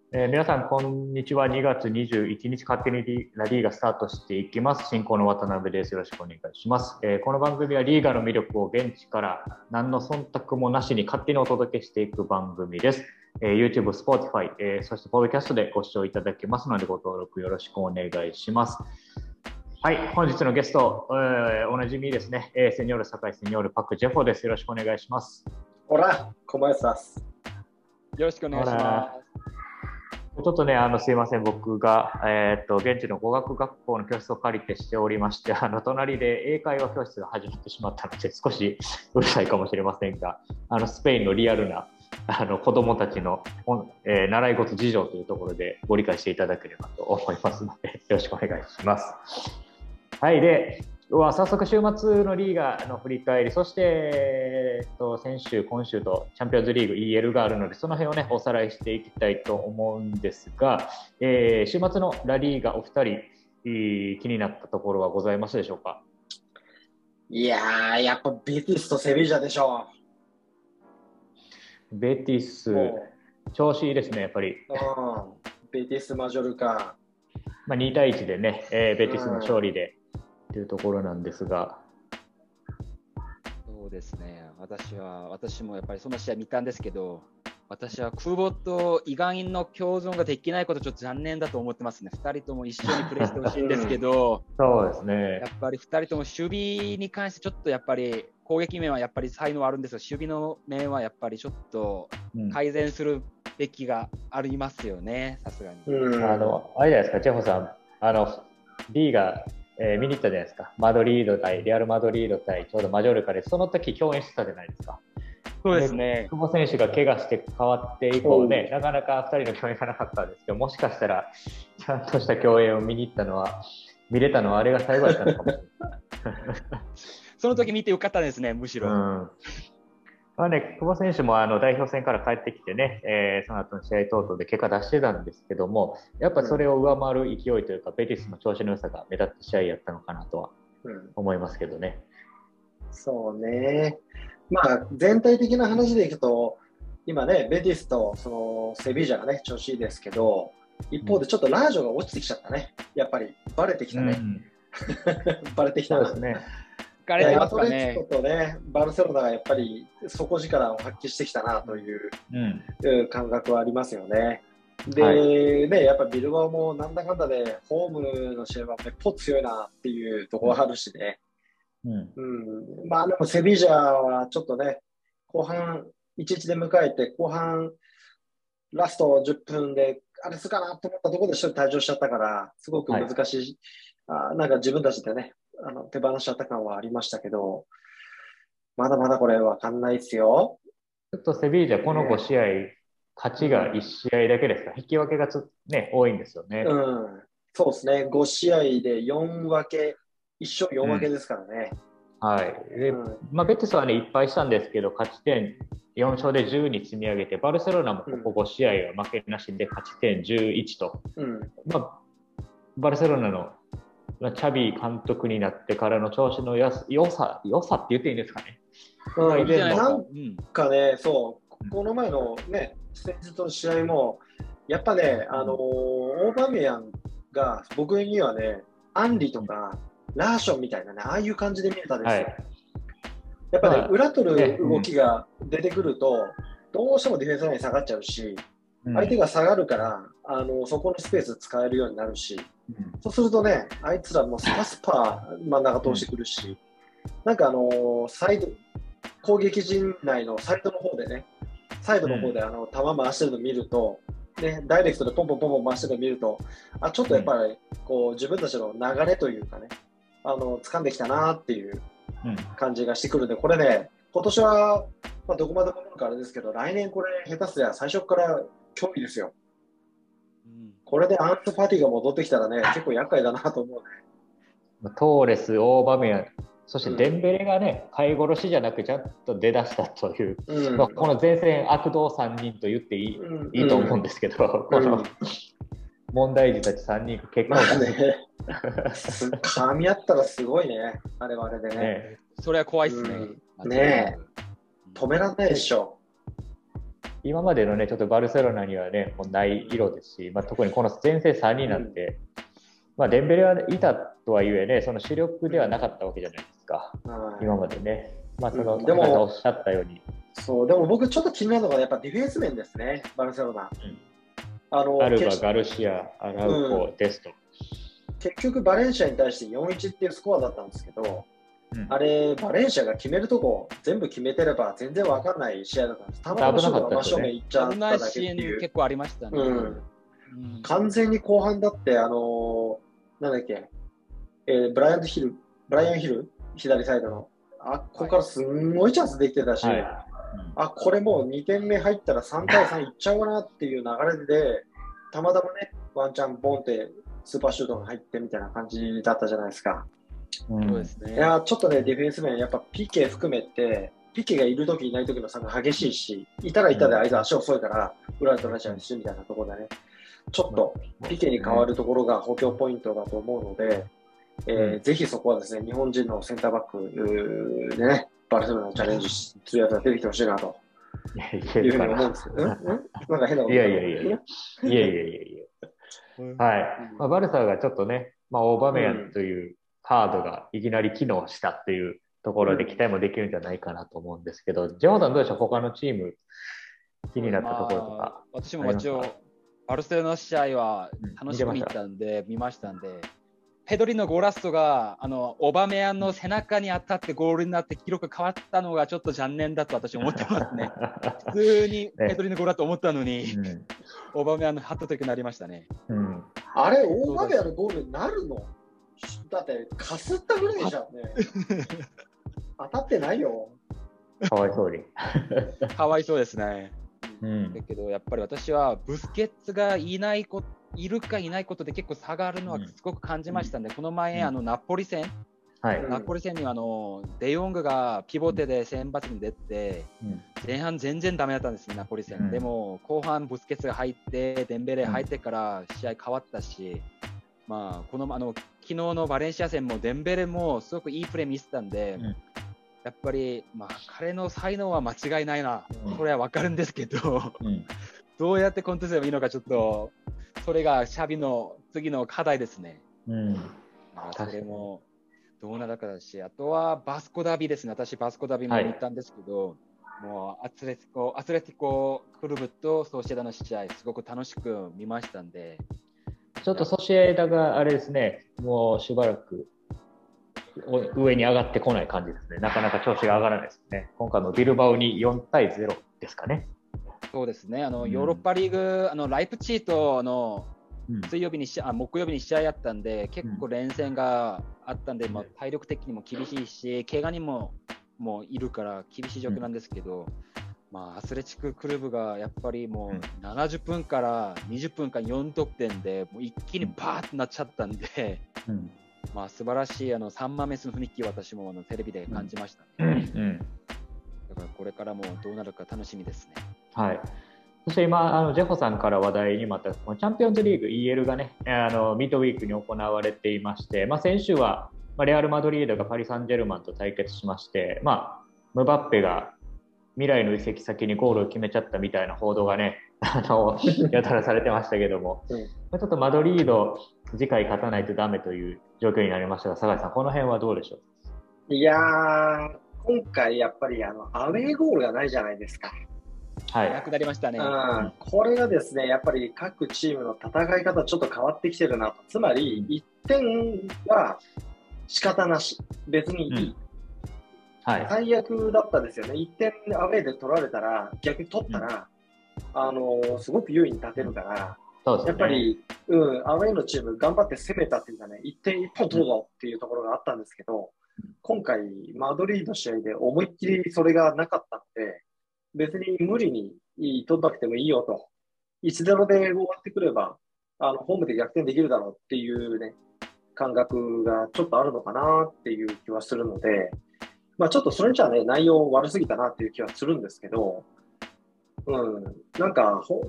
皆さん、こんにちは。2月21日、勝手にラリーがスタートしていきます。進行の渡辺です。よろしくお願いします。この番組はリーガの魅力を現地から何の忖度もなしに勝手にお届けしていく番組です。YouTube、Spotify、そして Podcast でご視聴いただけますので、ご登録よろしくお願いします。はい、本日のゲスト、おなじみですね、セニョール酒井、セニョールパク・ジェフォです。よろしくお願いします。 ほら、小林さん。 よろしくお願いします。 ちょっとね、すいません、僕が、現地の語学学校の教室を借りてしておりまして、隣で英会話教室が始まってしまったので、少しうるさいかもしれませんが、スペインのリアルな子どもたちの、習い事事情というところでご理解していただければと思いますので、よろしくお願いします。はい、で、早速週末のリーガの振り返り、そして、先週、今週とチャンピオンズリーグ EL があるので、その辺をね、おさらいしていきたいと思うんですが、週末のラリーガお二人、気になったところはございますでしょうか？ いやー、やっぱベティスとセビージャでしょう。ベティス、調子いいですね、やっぱり。 ベティス・マジョルカ。 2対1でね、ベティスの勝利でというところなんですが。 そうですね、私もやっぱりその試合見たんですけど、私は久保とイガインの共存ができないことちょっと残念だと思ってますね。2人とも一緒にプレーしてほしいんですけど、 そうですね。 やっぱり2人とも守備に関してちょっとやっぱり攻撃面はやっぱり才能あるんですが、守備の面はやっぱりちょっと改善するべきがありますよね、さすがに。 あれじゃないですか、チェホさん、リーガ見に行ったじゃないですか。マドリード対レアル・マドリード対ちょうどマジョルカで、その時共演してたじゃないですか。 そうですね。 久保選手が怪我して変わって以降ね、なかなか2人の共演がなかったんですけど、もしかしたらちゃんとした共演を見れたのはあれが最後だったのかもしれない。 その時見てよかったですね、むしろ。 久保選手も代表戦から帰ってきてね、その後の試合等々で結果出してたんですけども、やっぱそれを上回る勢いというか、ベティスの調子の良さが目立った試合やったのかなとは思いますけどね。 そうね。全体的な話でいくと、今ね、ベティスとそのセビージャがね、調子いいですけど、一方でちょっとラージョが落ちてきちゃったね。やっぱりバレてきたね。バレてきた。 そうですね。 アトレティコとね、バルセロナがやっぱり底力を発揮してきたなという感覚はありますよね。で、やっぱビルバオもなんだかんだでホームの試合はめっぽう強いなっていうところがあるしね。でもセビージャはちょっとね、後半1-1で迎えて、後半ラスト10分であれすかなと思ったところで一人退場しちゃったから、すごく難しい、なんか自分たちでね、手放しちゃった感はありましたけど、まだまだこれ分かんないですよ。 ちょっとセビージャ、この5試合、勝ちが1試合だけですか、引き分けが多いんですよね。 そうですね、5試合で4分け、1勝4分けですからね。 でベティスはね、いっぱいしたんですけど、勝ち点4勝で10に積み上げて、バルセロナもここ5試合は負けなしで勝ち点11と、バルセロナのチャビ監督になってからの調子の良さって言っていいんですかね。 なんかね、そう、この前のね、先日の試合も、やっぱね、オーバメヤンが僕にはね、アンリとかラーションみたいなね、ああいう感じで見えたんですよ。やっぱね、裏取る動きが出てくると、どうしてもディフェンスライン下がっちゃうし、相手が下がるから、そこのスペース使えるようになるし、そうするとね、あいつらもスパスパ真ん中通してくるし、なんかサイド、攻撃陣内のサイドの方でね、サイドの方で球回してるのを見ると、ね、ダイレクトでポンポンポンポン回してるのを見ると、ちょっとやっぱりこう自分たちの流れというかね、掴んできたなっていう感じがしてくるんで、これね、今年は、どこまでも来るかあれですけど、来年これ下手すりゃ最初から脅威ですよ。これでアンス・ファティが戻ってきたらね、結構厄介だなと思うね。 トーレス、オーバメヤン、そしてデンベレがね、飼い殺しじゃなくちゃんと出だしたという、この前線悪童3人と言っていいと思うんですけど、この問題児たち3人結構ね、噛み合ったらすごいね、あれはあれでね。 それは怖いっすね。 ねえ、止めらんないでしょ。 今までのね、ちょっとバルセロナにはね、もうない色ですし、特にこの前線3人なんて、デンベレはいたとはいえね、その主力ではなかったわけじゃないですか、今までね。そのでもおっしゃったように。 そう、でも僕ちょっと気になるのがやっぱディフェンス面ですね、バルセロナ。 アルバ、ガルシア、アラウコ、デスト。 結局バレンシアに対して 4-1 っていうスコアだったんですけど、あれ、バレンシアが決めるとこ全部決めてれば全然わかんない試合だったんです。たまたまシュートが真正面行っちゃっただけっていう。 結構ありましたね。 完全に後半だって、なんだっけ、ブライアンヒル、左サイドの。ここからすんごいチャンスできてたし、これもう2点目入ったら3対3いっちゃうかなっていう流れで、たまたまね、ワンチャンボンってスーパーシュートが入ってみたいな感じだったじゃないですか。 そうですね。 いやちょっとね、ディフェンス面、やっぱピケ含めて、ピケがいるときいないときの差が激しいし、いたらいたであいつ足遅いから、裏で取られちゃうしみたいなところでね、ちょっとピケに変わるところが補強ポイントだと思うので、ぜひそこはですね、日本人のセンターバックでね、バルセロナのチャレンジするやつが出てきてほしいなというふうに思うんですけど、なんか変なこと。 いや。はい。バルサがちょっとね、オーバメヤンというカードがいきなり機能したっていうところで期待もできるんじゃないかなと思うんですけど、ジョーダンどうでしょう、他のチーム気になったところとか。 私も一応、バルセロナ試合は楽しみに行ったんで、見ましたんで、ペドリのゴーラストがオバメヤンの背中に当たってゴールになって記録変わったのがちょっと残念だと私思ってますね。普通にペドリのゴールだと思ったのに、オバメヤンのハットトリックになりましたね。 あれ、オバメヤンのゴールになるの？だってかすったぐらいじゃんね。当たってないよ。 かわいそうに。 かわいそうですね。だけどやっぱり私はブスケッツがいるかいないことで結構差があるのはすごく感じましたんで、この前ナポリ戦、ナポリ戦にはデヨングがピボテで選抜に出て、前半全然ダメだったんですね、ナポリ戦。でも後半ブスケッツが入ってデンベレ入ってから試合変わったし、この昨日のバレンシア戦もデンベレもすごくいいプレー見せたんで、やっぱり、彼の才能は間違いないな、これは分かるんですけど、どうやってコントロールすればいいのか、ちょっとそれがシャビの次の課題ですね。それもどうなるかだし、あとはバスコダビですね。私、バスコダビも見たんですけど、もうアスレティコクルブとソシエダの試合、すごく楽しく見ましたんで。 ちょっとソシエダがあれですね、もうしばらく上に上がってこない感じですね。なかなか調子が上がらないですね。今回もビルバオに4対0ですかね。 そうですね。ヨーロッパリーグ、ライプチーと木曜日に試合あったんで、結構連戦があったんで、体力的にも厳しいし、怪我にもいるから厳しい状況なんですけど、アスレチッククルブがやっぱりもう70分から20分間4得点でもう一気にバーッとなっちゃったんで、素晴らしい3万メスの雰囲気を私もテレビで感じましたね。だからこれからもどうなるか楽しみですね。 はい。そして今ジェホさんから話題にもあったチャンピオンズリーグ EL がねミッドウィークに行われていまして、先週はレアル・マドリードがパリ・サンジェルマンと対決しまして、ムバッペが未来の移籍先にゴールを決めちゃったみたいな報道がねやたらされてましたけども、ちょっとマドリード次回勝たないとダメという状況になりましたが、酒井さんこの辺はどうでしょう？ いやー、今回やっぱりアウェーゴールがないじゃないですか。 なくなりましたね。 これがですね、やっぱり各チームの戦い方ちょっと変わってきてるなと。つまり1点は仕方なし、別にいい。最悪だったですよね。1点アウェーで取られたら、逆に取ったら、すごく優位に立てるから、やっぱり、アウェーのチーム頑張って攻めたっていうかね、1点1本取るぞっていうところがあったんですけど、今回、マドリードの試合で思いっきりそれがなかったので、別に無理に取らなくてもいいよと。1-0で終わってくれば、ホームで逆転できるだろうっていうね、感覚がちょっとあるのかなっていう気はするので、ちょっとそれじゃね、内容悪すぎたなっていう気はするんですけど、なんか、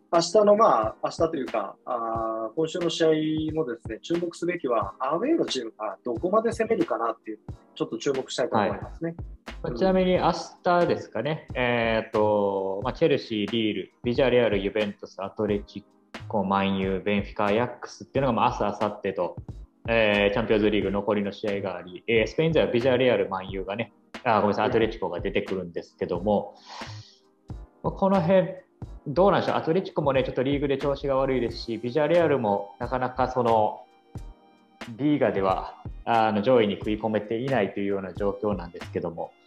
明日というか、今週の試合もですね、注目すべきは、アウェーのチームがどこまで攻めるかなっていう、ちょっと注目したいと思いますね。 ちなみに明日ですかね、チェルシー、リール、ビジャレアル、ユベントス、アトレチコ、マンユー、ベンフィカ、アヤックスっていうのが明日、明後日と、チャンピオンズリーグ残りの試合があり、スペイン勢はビジャレアル、マンユーがね、ごめんなさい、アトレチコが出てくるんですけども、この辺、どうなんでしょう、アトレチコもね、ちょっとリーグで調子が悪いですし、ビジャレアルもなかなかそのリーガでは上位に食い込めていないというような状況なんですけども。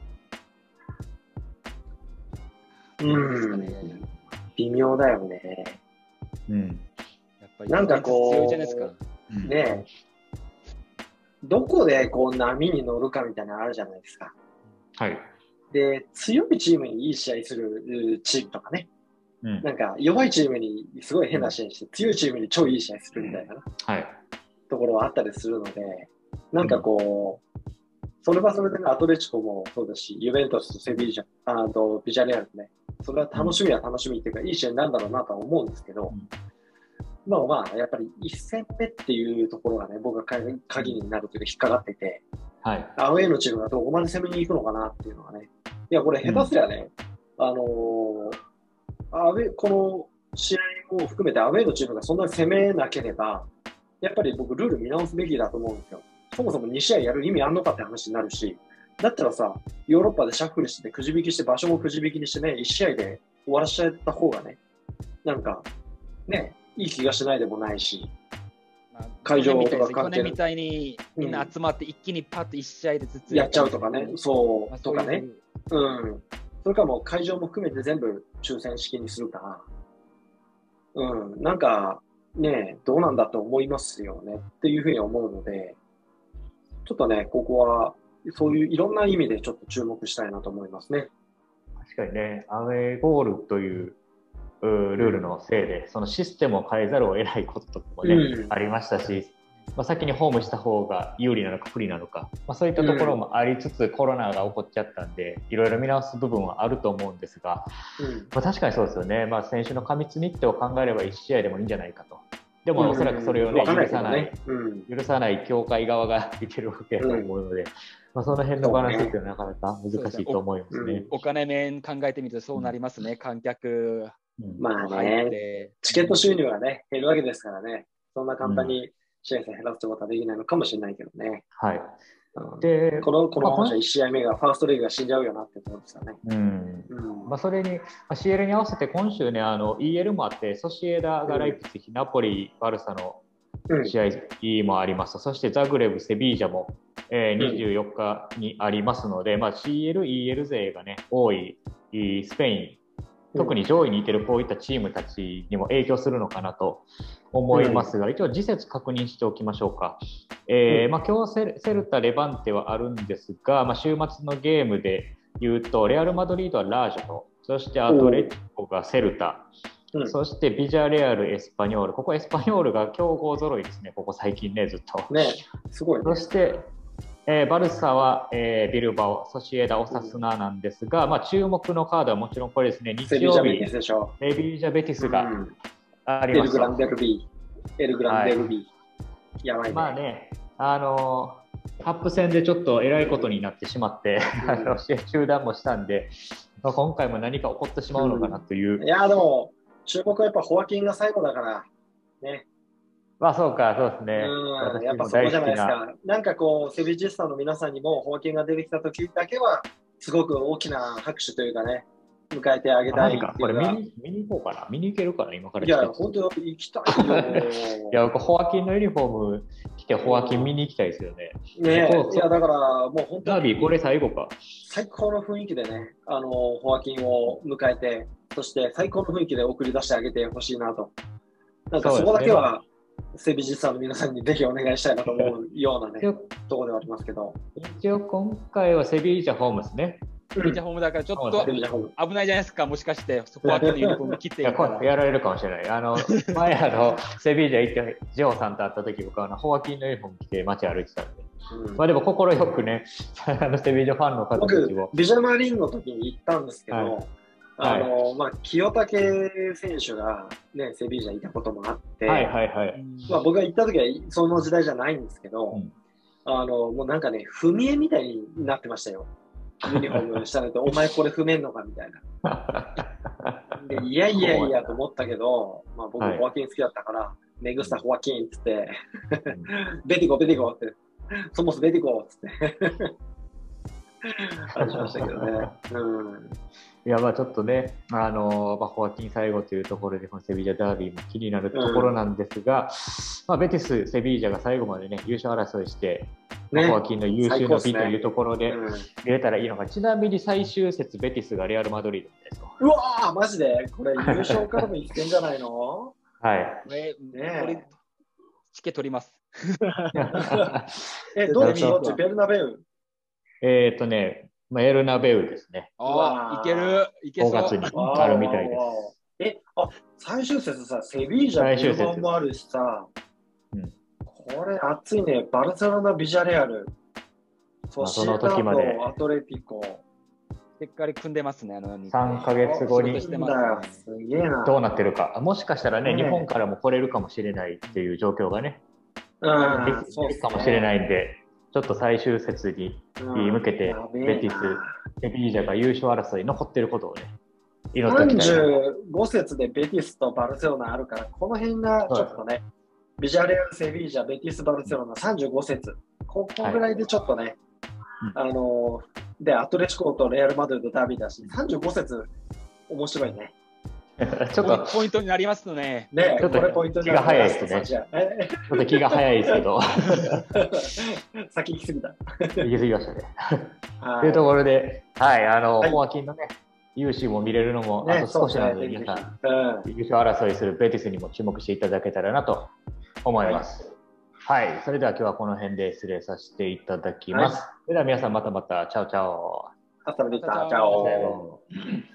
微妙だよね。 やっぱりなんかこう、 強いじゃないですか。 ね、どこでこう波に乗るかみたいなのあるじゃないですか。 はい。 で、強いチームにいい試合するチームとかね。なんか弱いチームにすごい変な試合して、強いチームに超いい試合するみたいな、ところはあったりするので、なんかこう、それはそれで、ね、アトレチコもそうだし、ユベントスとセビージャ、ビジャレアルね、それは楽しみは楽しみっていうか、いい試合になるんだろうなとは思うんですけど、やっぱり1戦目っていうところがね、僕が鍵になるというか引っかかってて、アウェーのチームがどこまで攻めに行くのかなっていうのがね、いや、これ下手すりゃね、この試合も含めてアウェーのチームがそんなに攻めなければ、やっぱり僕ルール見直すべきだと思うんですよ。そもそも2試合やる意味あんのかって話になるし、だったらさ、ヨーロッパでシャッフルしてくじ引きして、場所もくじ引きにしてね、1試合で終わらしちゃった方がね、なんかね、いい気がしないでもないし、会場とか去年みたいにみんな集まって一気にパッと1試合でずつやっちゃうとかね、そうとかね、それかもう会場も含めて全部抽選式にするか、なんかね、どうなんだと思いますよねっていうふうに思うので、ちょっとね、ここはそういういろんな意味でちょっと注目したいなと思いますね。 確かにね、アウェーゴールというルールのせいで、そのシステムを変えざるを得ないこととかもね、ありましたし、先にホームした方が有利なのか不利なのか、そういったところもありつつ、コロナが起こっちゃったんで、いろいろ見直す部分はあると思うんですが、確かにそうですよね、選手の過密日程を考えれば1試合でもいいんじゃないかと。でもおそらくそれを、ね、許さない協会側がいけるわけだと思うので、その辺のバランスっていうのはなかなか難しいと思いますね。 お金面考えてみるとそうなりますね、観客。 チケット収入がね、減るわけですからね、そんな簡単に試合数減らすことはできないのかもしれないけどね。で、このままじゃ1試合目がファーストリーグが死んじゃうよなってところですよね。 それに、CL に合わせて今週ね、EL もあって、ソシエダがライプツィヒ、ナポリ、バルサの試合もあります。そしてザグレブ、セビージャも、24日にありますので、CL、EL 勢がね、多いスペイン、特に上位にいてるこういったチームたちにも影響するのかなと思いますが、一応次節確認しておきましょうか。今日セルタ、レバンテはあるんですが、週末のゲームでいうと、レアル・マドリードはラージョと、そしてアトレティコがセルタ、そしてビジャレアル、エスパニョール、ここエスパニョールが強豪揃いですね、ここ最近ね、ずっと。 すごいね。 そしてバルサは、ビルバオ、ソシエダ、オサスナなんですが、注目のカードはもちろんこれですね、日曜日、セビージャ・ベティスがあります。 エルグランデルビー。やばいね。 カップ戦でちょっとえらいことになってしまって、試合中断もしたんで、今回も何か起こってしまうのかなという。 いや、でも、注目はやっぱホアキンが最後だから、ね。 そうですね。 やっぱそこじゃないですか。なんかこう、セビジスタの皆さんにも、ホアキンが出てきた時だけは、すごく大きな拍手というかね、迎えてあげたいっていうか。 これ見に行こうかな。見に行けるかな、今から。 いや、本当行きたいよ。 いや、ホアキンのユニフォーム着て、ホアキン見に行きたいですよね。 いや、だからもう本当に。 ダービー、これ最後か。 最高の雰囲気でね、ホアキンを迎えて、そして最高の雰囲気で送り出してあげてほしいなと。なんかそこだけは、セビジスタの皆さんにぜひお願いしたいなと思うようなね、ところではありますけど。 一応今回はセビージャホームですね。 セビージャホームだからちょっと危ないじゃないですか、もしかして、そこはユニフォーム切ってやられるかもしれない。前セビージャ行って、ジョーさんと会った時僕はホアキンのユニフォーム着て街歩いてたんで。でも心よくね、セビージャファンの方たちも。僕、ビジャマリンの時に行ったんですけど、 清武選手が、ね、セビージャにいたこともあって、僕が行った時はその時代じゃないんですけど、もうなんかね、踏み絵みたいになってましたよ。ユニフォームの下で、お前これ踏めんのかみたいな。でいやいやいやと思ったけど、僕、ホアキン好きだったから、メグスタ・ホアキンっつって、ベティコって、そもそもベティコっつって。話しましたけどね。 いや、ちょっとね、ホアキン最後というところで、このセビージャダービーも気になるところなんですが、ベティス、セビージャが最後までね、優勝争いして、ホアキンの優秀の美というところで見れたらいいのか、ちなみに最終節、ベティスがレアル・マドリードですと。 うわー、マジでこれ、優勝からも一点じゃないの？ はい。 これ、チケ取ります。 どっちベルナベウ？ エルナベウですね。 いける。 5月にあるみたいです。最終節さ、セビージャ、ビルバオもあるしさ、これ熱いね。バルセロナ、ビジャレアル、その時までアトレティコ。 しっかり組んでますね。 3ヶ月後にすげえな。 どうなってるか。もしかしたらね、日本からも来れるかもしれないっていう状況がね、できるかもしれないんで、ちょっと最終節に向けて、ベティス、セビージャが優勝争い残ってることをね、 祈っておきたい。35節でベティスとバルセロナあるから、この辺がちょっとね、ビジャレアル、セビージャ、ベティス、バルセロナ35節、ここぐらいでちょっとね、で、アトレチコとレアル・マドリードダービーだし、35節、面白いね。 ちょっとポイントになりますね。 ちょっと気が早いですね。ちょっと気が早いですけど。 先行き過ぎた。 行き過ぎましたね。というところで、ホアキンのね、勇姿も見れるのもあと少しなので、皆さん、優勝争いするベティスにも注目していただけたらなと思います。はい、それでは今日はこの辺で失礼させていただきます。それでは皆さんまた、チャオチャオ。 Hasta la vista, chao.